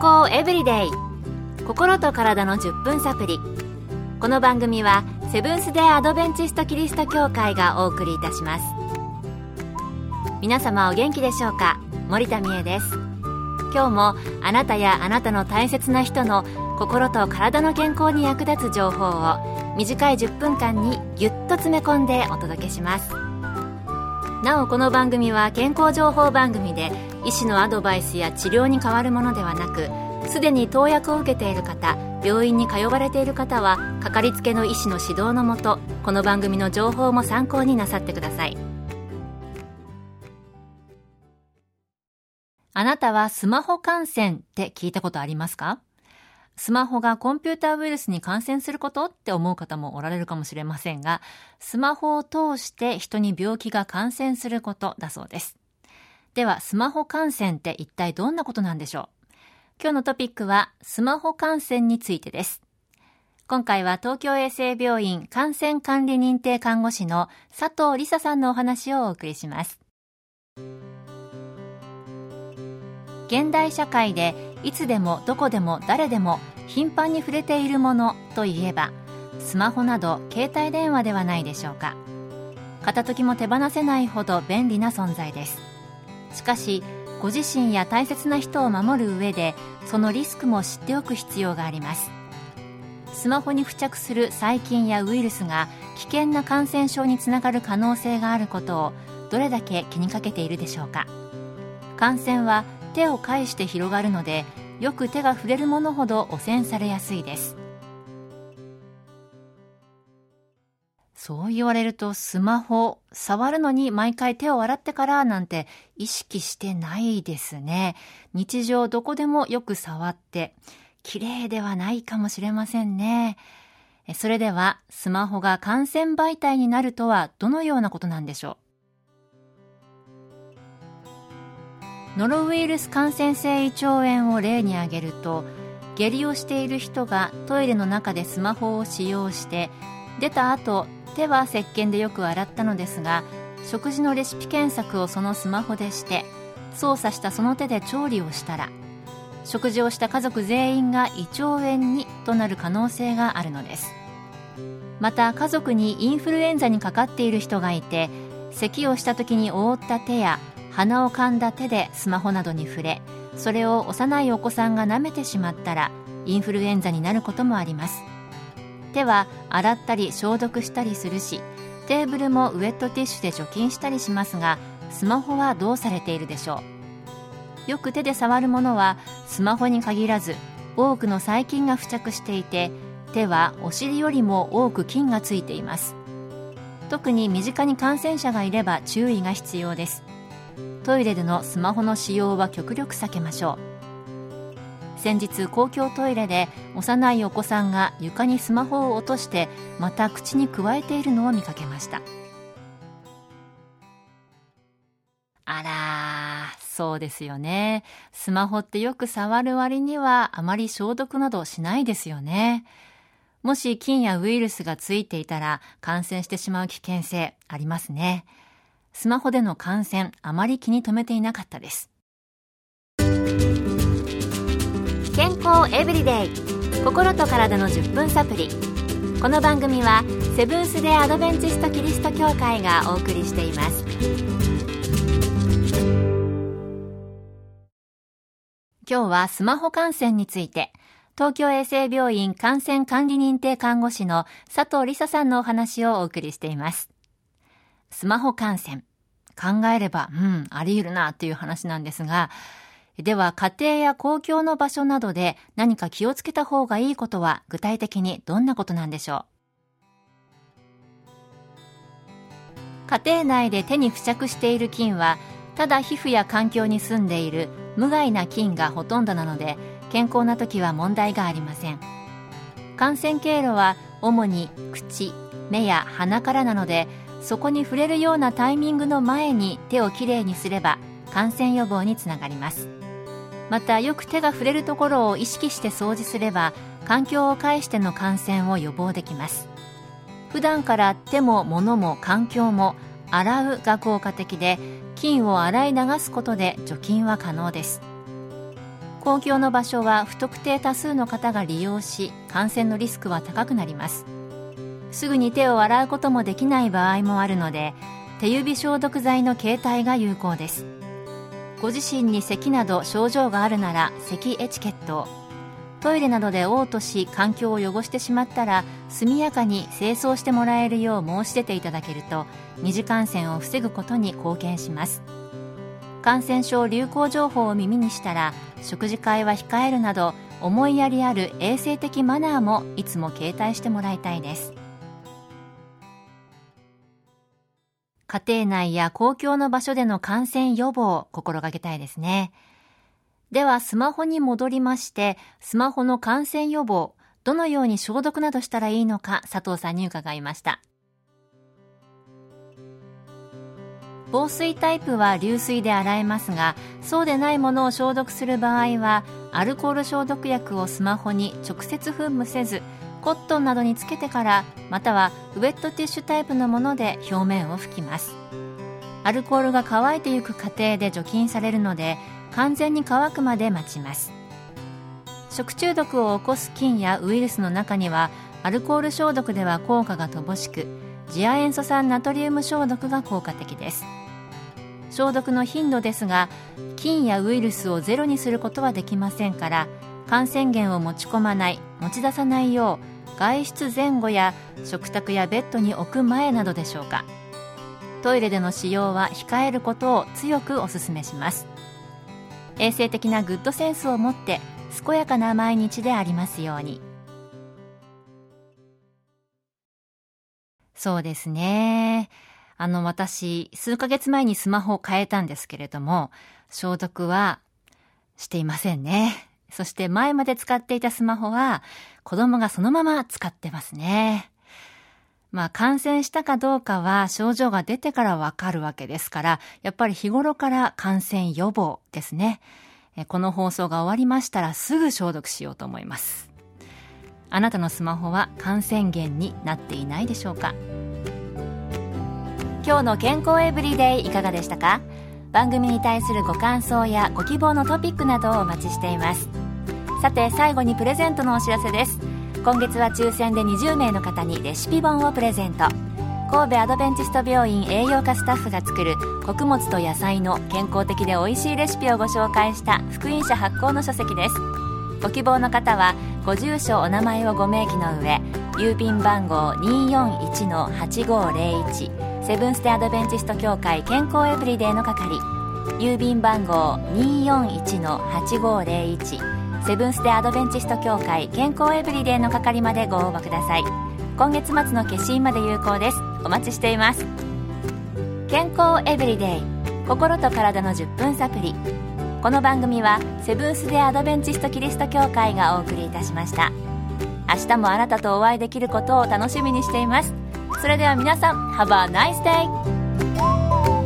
康エブリデイ、心と体の10分サプリ。この番組はセブンス・デー・アドベンチスト・キリスト教会がお送りいたします。皆様お元気でしょうか。森田美恵です。今日もあなたやあなたの大切な人の心と体の健康に役立つ情報を短い10分間にぎゅっと詰め込んでお届けします。なおこの番組は健康情報番組で医師のアドバイスや治療に代わるものではなく、すでに投薬を受けている方、病院に通われている方はかかりつけの医師の指導のもと、この番組の情報も参考になさってください。あなたはスマホ感染って聞いたことありますか？スマホがコンピューターウイルスに感染することって思う方もおられるかもしれませんが、スマホを通して人に病気が感染することだそうです。では、スマホ感染って一体どんなことなんでしょう？今日のトピックはスマホ感染についてです。今回は東京衛生病院感染管理認定看護師の佐藤理沙さんのお話をお送りします。現代社会でいつでもどこでも誰でも頻繁に触れているものといえば、スマホなど携帯電話ではないでしょうか。片時も手放せないほど便利な存在です。しかし、ご自身や大切な人を守る上で、そのリスクも知っておく必要があります。スマホに付着する細菌やウイルスが危険な感染症につながる可能性があることをどれだけ気にかけているでしょうか。感染は手を介して広がるので、よく手が触れるものほど汚染されやすいです。そう言われると、スマホ触るのに毎回手を洗ってからなんて意識してないですね。日常どこでもよく触って綺麗ではないかもしれませんね。それではスマホが感染媒体になるとはどのようなことなんでしょう。ノロウイルス感染性胃腸炎を例に挙げると、下痢をしている人がトイレの中でスマホを使用して出た後、手は石鹸でよく洗ったのですが、食事のレシピ検索をそのスマホでして操作したその手で調理をしたら、食事をした家族全員が胃腸炎にとなる可能性があるのです。また家族にインフルエンザにかかっている人がいて、咳をした時に覆った手や鼻を噛んだ手でスマホなどに触れ、それを幼いお子さんが舐めてしまったらインフルエンザになることもあります。手は洗ったり消毒したりするし、テーブルもウェットティッシュで除菌したりしますが、スマホはどうされているでしょう。よく手で触るものはスマホに限らず多くの細菌が付着していて、手はお尻よりも多く菌がついています。特に身近に感染者がいれば注意が必要です。トイレでのスマホの使用は極力避けましょう。先日公共トイレで幼いお子さんが床にスマホを落としてまた口にくわえているのを見かけました。あら、そうですよね。スマホってよく触る割にはあまり消毒などしないですよね。もし菌やウイルスがついていたら感染してしまう危険性ありますね。スマホでの感染、あまり気に留めていなかったです。健康エブリデイ、心と体の10分サプリ。この番組はセブンス・デー・アドベンチスト・キリスト教会がお送りしています。今日はスマホ感染について、東京衛生病院感染管理認定看護師の佐藤理沙さんのお話をお送りしています。スマホ感染、考えればあり得るなという話なんですが、では家庭や公共の場所などで何か気をつけた方がいいことは具体的にどんなことなんでしょう。家庭内で手に付着している菌は、ただ皮膚や環境に住んでいる無害な菌がほとんどなので、健康な時は問題がありません。感染経路は主に口、目や鼻からなので、そこに触れるようなタイミングの前に手をきれいにすれば感染予防につながります。またよく手が触れるところを意識して掃除すれば、環境を介しての感染を予防できます。普段から手も物も環境も洗うが効果的で、菌を洗い流すことで除菌は可能です。 公共の場所は不特定多数の方が利用し、感染のリスクは高くなります。すぐに手を洗うこともできない場合もあるので、手指消毒剤の携帯が有効です。ご自身に咳など症状があるなら咳エチケットを、トイレなどで嘔吐し環境を汚してしまったら速やかに清掃してもらえるよう申し出ていただけると、二次感染を防ぐことに貢献します。感染症流行情報を耳にしたら、食事会は控えるなど思いやりある衛生的マナーもいつも携帯してもらいたいです。家庭内や公共の場所での感染予防を心がけたいですね。ではスマホに戻りまして、スマホの感染予防、どのように消毒などしたらいいのか、佐藤さんに伺いました。防水タイプは流水で洗えますが、そうでないものを消毒する場合は、アルコール消毒薬をスマホに直接噴霧せず、コットンなどにつけてから、またはウェットティッシュタイプのもので表面を拭きます。アルコールが乾いていく過程で除菌されるので、完全に乾くまで待ちます。食中毒を起こす菌やウイルスの中には、アルコール消毒では効果が乏しく、次亜塩素酸ナトリウム消毒が効果的です。消毒の頻度ですが、菌やウイルスをゼロにすることはできませんから、感染源を持ち込まない、持ち出さないよう、外出前後や食卓やベッドに置く前などでしょうか。トイレでの使用は控えることを強くお勧めします。衛生的なグッドセンスを持って健やかな毎日でありますように。そうですね。私、数ヶ月前にスマホを変えたんですけれども、消毒はしていませんね。そして前まで使っていたスマホは子供がそのまま使ってますね。感染したかどうかは症状が出てからわかるわけですから、やっぱり日頃から感染予防ですね。この放送が終わりましたらすぐ消毒しようと思います。あなたのスマホは感染源になっていないでしょうか。今日の健康エブリデイいかがでしたか。番組に対するご感想やご希望のトピックなどをお待ちしています。さて最後にプレゼントのお知らせです。今月は抽選で20名の方にレシピ本をプレゼント。神戸アドベンチスト病院栄養科スタッフが作る穀物と野菜の健康的で美味しいレシピをご紹介した福音社発行の書籍です。ご希望の方はご住所お名前をご明記の上、郵便番号 241-8501 セブンステアドベンチスト協会健康エブリデイの係、郵便番号 241-8501セブンステアドベンチスト協会健康エブリデイの係までご応募ください。今月末の消印まで有効です。お待ちしています。健康エブリデイ、心と体の10分サプリ。この番組はセブンステアドベンチストキリスト教会がお送りいたしました。明日もあなたとお会いできることを楽しみにしています。それでは皆さん Have a nice day!